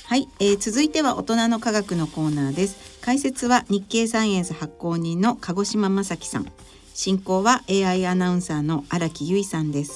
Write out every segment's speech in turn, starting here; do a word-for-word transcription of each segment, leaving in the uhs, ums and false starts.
はい、えー、続いては大人の科学のコーナーです。解説は日経サイエンス発行人の鹿児島正樹さん、進行は エーアイ アナウンサーの荒木由衣さんです。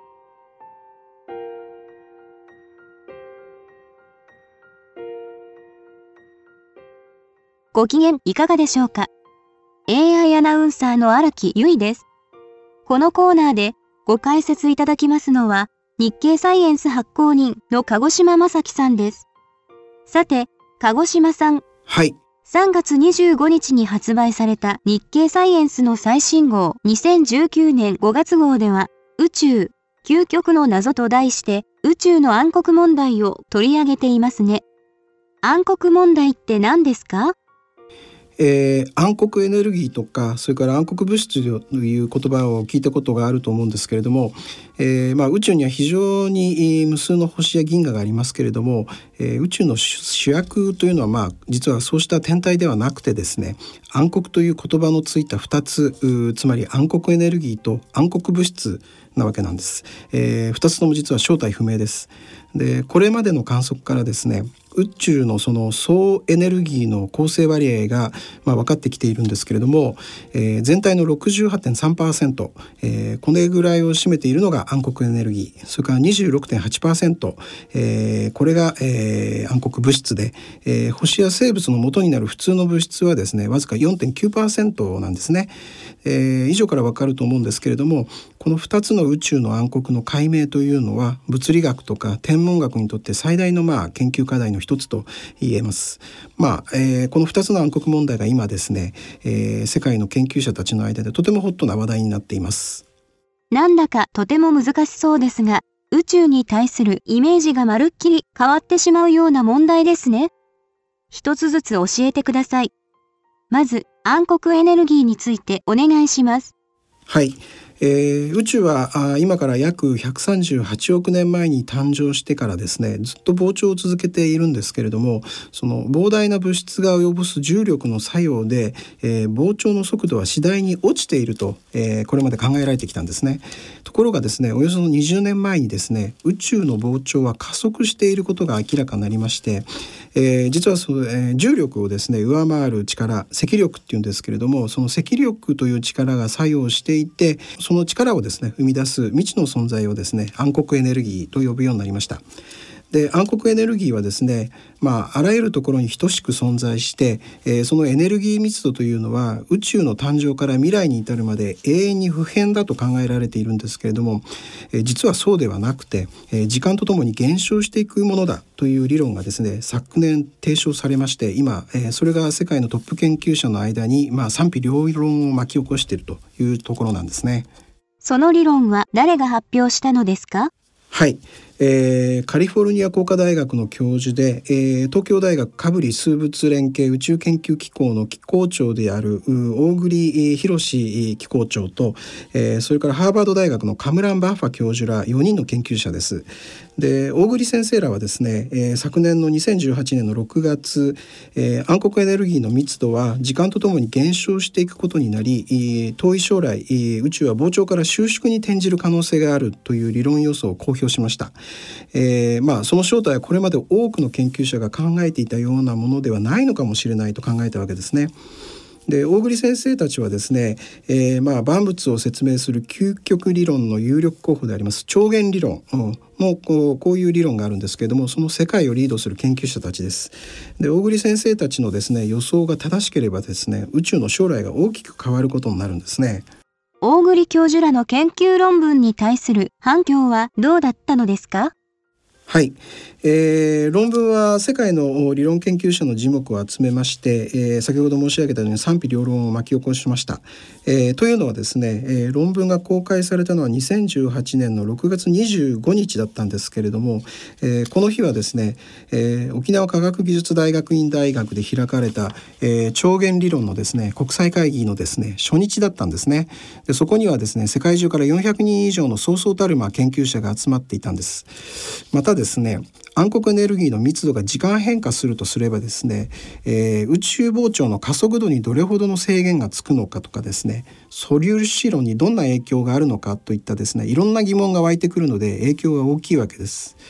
ご機嫌いかがでしょうか。 エーアイ アナウンサーの荒木由衣です。このコーナーでご解説いただきますのは日経サイエンス発行人の鹿児島正樹さんです。さて、鹿児島さん。 はい。 さんがつにじゅうごにちに発売された日経サイエンスの最新号にせんじゅうきゅうねんごがつ号では、宇宙、究極の謎と題して宇宙の暗黒問題を取り上げていますね。暗黒問題って何ですか？ えー、暗黒エネルギーとか、それから暗黒物質という言葉を聞いたことがあると思うんですけれども、えーまあ、宇宙には非常に無数の星や銀河がありますけれども、えー、宇宙の主役というのは、まあ、実はそうした天体ではなくてですね、暗黒という言葉のついたふたつ、つまり暗黒エネルギーと暗黒物質なわけなんです。えー、ふたつとも実は正体不明です。で、これまでの観測からですね、宇宙のその総エネルギーの構成割合が、まあ、分かってきているんですけれども、えー、全体の ろくじゅうはちてんさんパーセント、えー、これぐらいを占めているのが暗黒エネルギー、それから にじゅうろくてんはちパーセント、えー、これが、えー、暗黒物質で、えー、星や生物の元になる普通の物質はですね、わずか よんてんきゅうパーセント なんですね。えー、以上から分かると思うんですけれども、このふたつの宇宙の暗黒の解明というのは物理学とか天文学にとって最大のまあ研究課題の一つと言えます。まあえー、このふたつの暗黒問題が今ですね、えー、世界の研究者たちの間でとてもホットな話題になっています。 なんだかとても難しそうですが、宇宙に対するイメージがまるっきり変わってしまうような問題ですね。一つずつ教えてください。まず暗黒エネルギーについてお願いします。 はい。えー、宇宙はあ今から約ひゃくさんじゅうはちおくねんまえに誕生してからですね、ずっと膨張を続けているんですけれども、その膨大な物質が及ぼす重力の作用で、えー、膨張の速度は次第に落ちていると、えー、これまで考えられてきたんですね。ところがですね、およそにじゅうねんまえにですね、宇宙の膨張は加速していることが明らかになりまして、えー、実はその、えー、重力をですね上回る力、積力っていうんですけれども、その積力という力が作用していて、その力をですね生み出す未知の存在をですね暗黒エネルギーと呼ぶようになりました。で、暗黒エネルギーはですね、まあ、あらゆるところに等しく存在して、えー、そのエネルギー密度というのは宇宙の誕生から未来に至るまで永遠に不変だと考えられているんですけれども、えー、実はそうではなくて、えー、時間とともに減少していくものだという理論がですね昨年提唱されまして、今、えー、それが世界のトップ研究者の間に、まあ、賛否両論を巻き起こしているというところなんですね。 その理論は誰が発表したのですか？ はい、えー、カリフォルニア工科大学の教授で、えー、東京大学カブリ数物連携宇宙研究機構の機構長である大栗博機構長と、えー、それからハーバード大学のカムラン・バッファ教授らよにんの研究者です。で、大栗先生らはですね、えー、昨年のにせんじゅうはちねんのろくがつ、えー、暗黒エネルギーの密度は時間とともに減少していくことになり、遠い将来宇宙は膨張から収縮に転じる可能性があるという理論予想を公表しました。えーまあ、その正体はこれまで多くの研究者が考えていたようなものではないのかもしれないと考えたわけですね。で、大栗先生たちはですね、えーまあ、万物を説明する究極理論の有力候補であります超弦理論のこう、こういう理論があるんですけれども、その世界をリードする研究者たちです。で、大栗先生たちのですね予想が正しければですね、宇宙の将来が大きく変わることになるんですね。 大栗教授らの研究論文に対する反響はどうだったのですか？ はい、えー、論文は世界の理論研究者の耳目を集めまして、えー、先ほど申し上げたように賛否両論を巻き起こしました。えー、というのはですね、えー、論文が公開されたのはにせんじゅうはちねんのろくがつにじゅうごにちだったんですけれども、えー、この日はですね、えー、沖縄科学技術大学院大学で開かれた、えー、超弦理論のですね国際会議のですね初日だったんですね。で、そこにはですね世界中からよんひゃくにん以上のそうそうたるま研究者が集まっていたんです。またですね、暗黒エネルギーの密度が時間変化するとすればですね、えー、宇宙膨張の加速度にどれほどの制限がつくのかとかですね、素粒子論にどんな影響があるのかといったですねいろんな疑問が湧いてくるので影響が大きいわけです。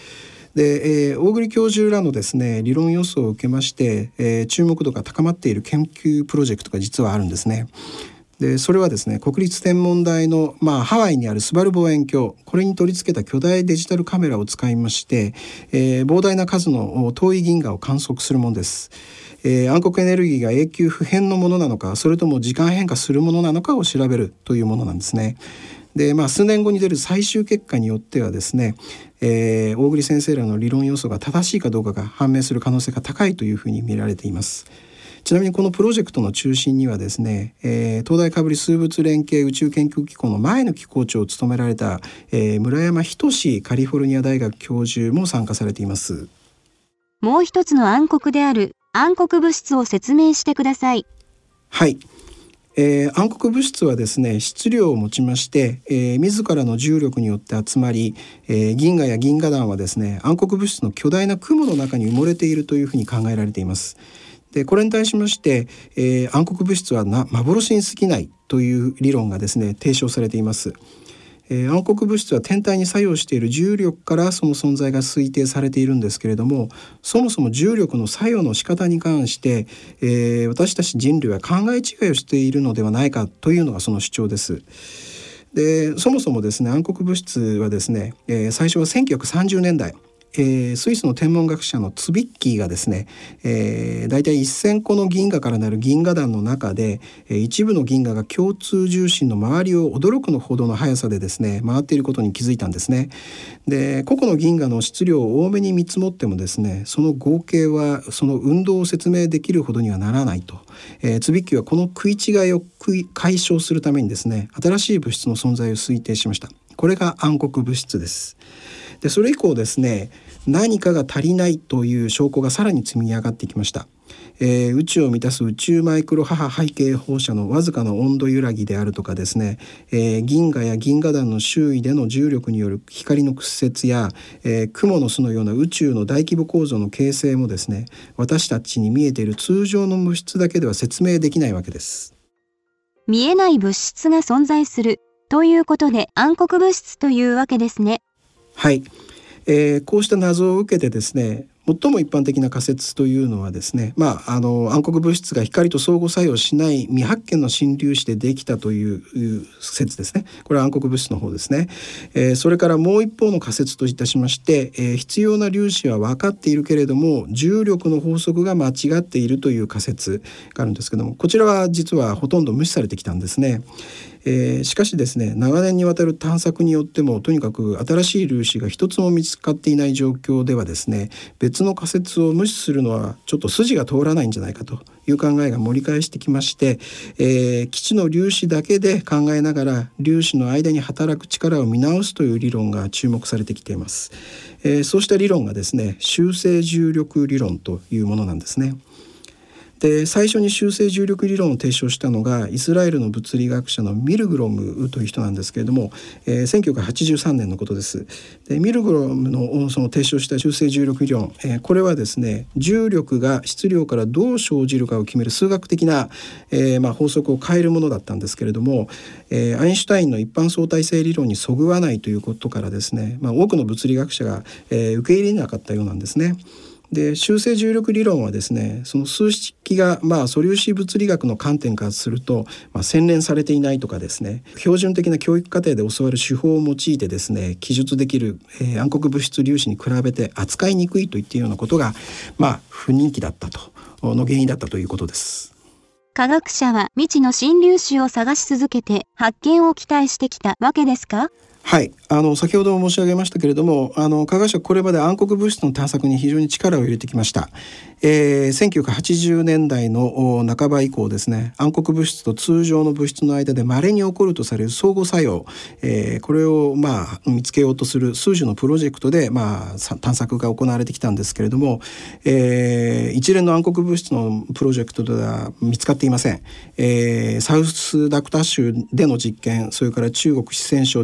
で、えー、大栗教授らのですね理論予想を受けまして、えー、注目度が高まっている研究プロジェクトが実はあるんですね。でそれはですね国立天文台の、まあ、ハワイにあるスバル望遠鏡、これに取り付けた巨大デジタルカメラを使いまして、えー、膨大な数の遠い銀河を観測するものです。えー、暗黒エネルギーが永久不変のものなのか、それとも時間変化するものなのかを調べるというものなんですね。で、まあ、数年後に出る最終結果によってはですね、えー、大栗先生らの理論予想が正しいかどうかが判明する可能性が高いというふうに見られています。ちなみにこのプロジェクトの中心にはですね、えー、東大かぶり数物連携宇宙研究機構の前の機構長を務められた、えー、村山仁カリフォルニア大学教授も参加されています。 もう一つの暗黒である暗黒物質を説明してください。 はい、えー、暗黒物質はですね質量を持ちまして、えー、自らの重力によって集まり、えー、銀河や銀河団はですね暗黒物質の巨大な雲の中に埋もれているというふうに考えられています。でこれに対しまして、えー、暗黒物質はな幻に過ぎないという理論がですね提唱されています。えー、暗黒物質は天体に作用している重力からその存在が推定されているんですけれども、そもそも重力の作用の仕方に関して、えー、私たち人類は考え違いをしているのではないかというのがその主張です。でそもそもですね暗黒物質はですね、えー、最初はせんきゅうひゃくさんじゅうねんだい、えー、スイスの天文学者のツビッキーがですね、えー、だいたいせんこの銀河からなる銀河団の中で、えー、一部の銀河が共通重心の周りを驚くのほどの速さでですね回っていることに気づいたんですね。で個々の銀河の質量を多めに見積もってもですねその合計はその運動を説明できるほどにはならないと、えー、ツビッキーはこの食い違いを解消するためにですね新しい物質の存在を推定しました。これが暗黒物質です。でそれ以降ですね何かが足りないという証拠がさらに積み上がってきました。えー、宇宙を満たす宇宙マイクロ波波背景放射のわずかな温度揺らぎであるとかですね、えー、銀河や銀河団の周囲での重力による光の屈折や、えー、雲の巣のような宇宙の大規模構造の形成もですね私たちに見えている通常の物質だけでは説明できないわけです。 見えない物質が存在するということで暗黒物質というわけですね。 はい、えー、こうした謎を受けてですね最も一般的な仮説というのはですね、まあ、あの暗黒物質が光と相互作用しない未発見の新粒子でできたという説ですね。これは暗黒物質の方ですね。えー、それからもう一方の仮説といたしまして、えー、必要な粒子は分かっているけれども重力の法則が間違っているという仮説があるんですけども、こちらは実はほとんど無視されてきたんですね。えー、しかしですね長年にわたる探索によってもとにかく新しい粒子が一つも見つかっていない状況ではですね別の仮説を無視するのはちょっと筋が通らないんじゃないかという考えが盛り返してきまして、えー、基地の粒子だけで考えながら粒子の間に働く力を見直すという理論が注目されてきています。えー、そうした理論がですね修正重力理論というものなんですね。で最初に修正重力理論を提唱したのがイスラエルの物理学者のミルグロムという人なんですけれども、えー、せんきゅうひゃくはちじゅうさんねんのことです。でミルグロムのその提唱した修正重力理論、えー、これはですね重力が質量からどう生じるかを決める数学的な、えーまあ、法則を変えるものだったんですけれども、えー、アインシュタインの一般相対性理論にそぐわないということからですね、まあ、多くの物理学者が、えー、受け入れなかったようなんですね。で修正重力理論はですねその数式がまあ素粒子物理学の観点からすると、まあ、洗練されていないとかですね標準的な教育課程で教わる手法を用いてですね記述できる、えー、暗黒物質粒子に比べて扱いにくいといったようなことがまあ不人気だったとの原因だったということです。 科学者は未知の新粒子を探し続けて発見を期待してきたわけですか？ はい、あの先ほども申し上げましたけれどもあの科学者はこれまで暗黒物質の探索に非常に力を入れてきました。えー、せんきゅうひゃくはちじゅうねんだいの半ば以降ですね暗黒物質と通常の物質の間で稀に起こるとされる相互作用、えー、これをまあ見つけようとする数種のプロジェクトでまあ探索が行われてきたんですけれども、えー、一連の暗黒物質のプロジェクトでは見つかっていません。えー、サウスダクタ州での実験それから中国四川省での実験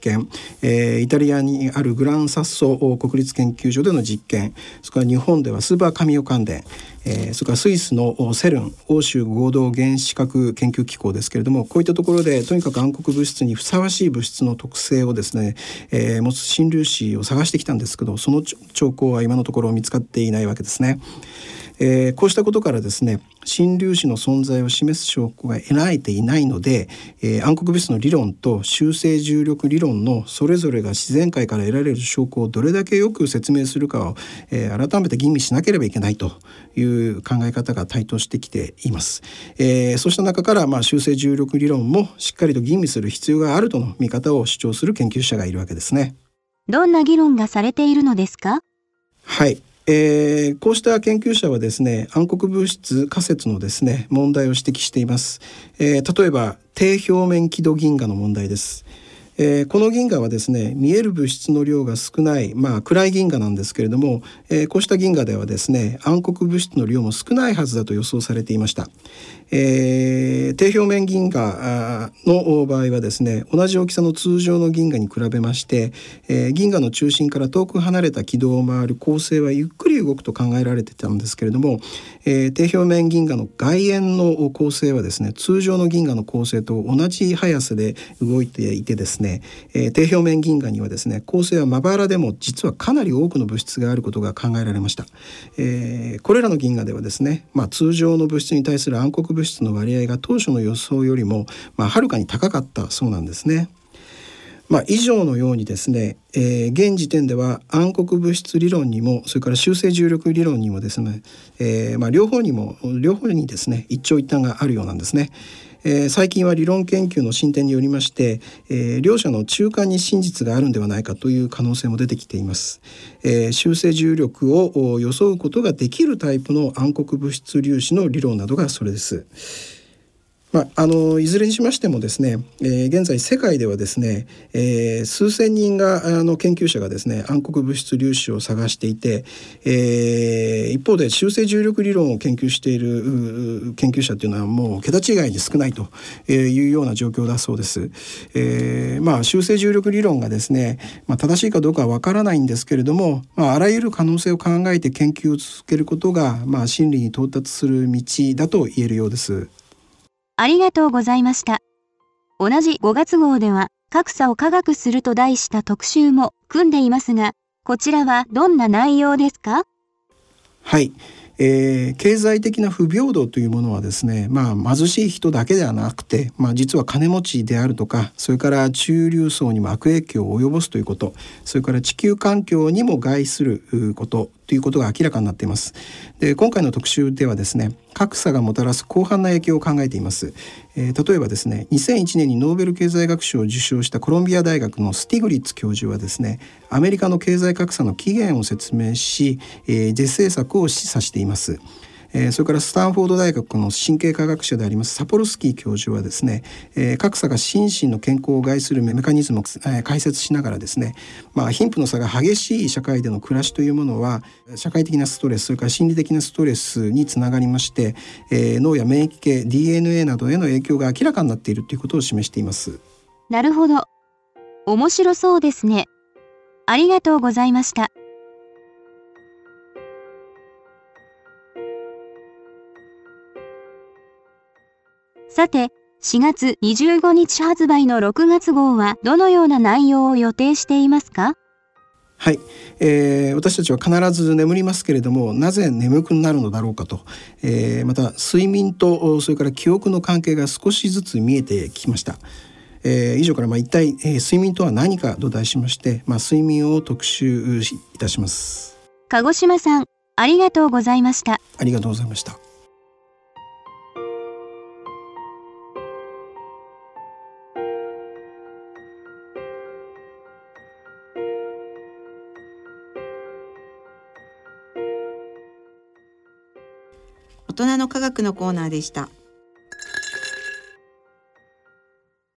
験、えー、イタリアにあるグランサッソ国立研究所での実験、それから日本ではスーパーカミオ関連、えー、それからスイスのセルン欧州合同原子核研究機構ですけれども、こういったところでとにかく暗黒物質にふさわしい物質の特性をですね、えー、持つ新粒子を探してきたんですけど、その兆候は今のところ見つかっていないわけですね。えー、こうしたことからですね、新粒子の存在を示す証拠が得られていないので、えー、暗黒物質の理論と集成重力理論のそれぞれが自然界から得られる証拠をどれだけよく説明するかを、えー、改めて吟味しなければいけないという考え方が台頭してきています。えー、そうした中から、まあ、集成重力理論もしっかりと吟味する必要があるとの見方を主張する研究者がいるわけですね。 どんな議論がされているのですか？ はい。えー、こうした研究者はですね、暗黒物質仮説のですね、問題を指摘しています。えー、例えば低表面輝度銀河の問題です。えー、この銀河はですね、見える物質の量が少ない、まあ、暗い銀河なんですけれども、えー、こうした銀河ではですね、暗黒物質の量も少ないはずだと予想されていました。えー、低表面銀河の場合はですね、同じ大きさの通常の銀河に比べまして、えー、銀河の中心から遠く離れた軌道を回る恒星はゆっくり動くと考えられていたんですけれども、えー、低表面銀河の外縁の恒星はですね、通常の銀河の恒星と同じ速さで動いていてですね、えー、低表面銀河にはですね、恒星はまばらでも実はかなり多くの物質があることが考えられました。えー、これらの銀河ではですね、まあ、通常の物質に対する暗黒物質の割合が当初の予想よりも、まあ、はるかに高かったそうなんですね。まあ、以上のようにですね、えー、現時点では暗黒物質理論にもそれから集成重力理論にもですね、えーまあ、両方にも両方にですね一長一短があるようなんですね。えー、最近は理論研究の進展によりまして、えー、両者の中間に真実があるんではないかという可能性も出てきています。えー、集成重力を装うことができるタイプの暗黒物質粒子の理論などがそれです。まあ、あのいずれにしましてもですね、えー、現在世界ではですね、えー、数千人があの研究者がですね暗黒物質粒子を探していて、えー、一方で集成重力理論を研究している研究者というのはもう桁違いに少ないというような状況だそうです。えーまあ、集成重力理論がですね、まあ、正しいかどうかはわからないんですけれども、まあ、あらゆる可能性を考えて研究を続けることが、まあ、真理に到達する道だと言えるようです。 ありがとうございました。同じごがつ号では、格差を科学すると題した特集も組んでいますが、こちらはどんな内容ですか？ はい。えー、経済的な不平等というものはですね、まあ、貧しい人だけではなくて、まあ、実は金持ちであるとか、それから中流層にも悪影響を及ぼすということ、それから地球環境にも害することということが明らかになっています。で、今回の特集ではですね、格差がもたらす広範な影響を考えています。えー、例えばですね、にせんいちねんにノーベル経済学賞を受賞したコロンビア大学のスティグリッツ教授はですね、アメリカの経済格差の起源を説明し、えー、是正策を示唆しています。えー、それからスタンフォード大学の神経科学者でありますサポルスキー教授はですね、えー、格差が心身の健康を害するメカニズムを、えー、解説しながらですね、まあ、貧富の差が激しい社会での暮らしというものは社会的なストレス、それから心理的なストレスにつながりまして、えー、脳や免疫系 ディーエヌエー などへの影響が明らかになっているということを示しています。 なるほど。面白そうですね。ありがとうございました。さて、しがつにじゅうごにち発売のろくがつ号はどのような内容を予定していますか？ はい、えー、私たちは必ず眠りますけれども、なぜ眠くなるのだろうかと、えー、また睡眠とそれから記憶の関係が少しずつ見えてきました。えー、以上からまあ一体、えー、睡眠とは何かと題しまして、まあ、睡眠を特集いたします。 鹿児島さん、ありがとうございました。 ありがとうございました。 大人の科学のコーナーでした。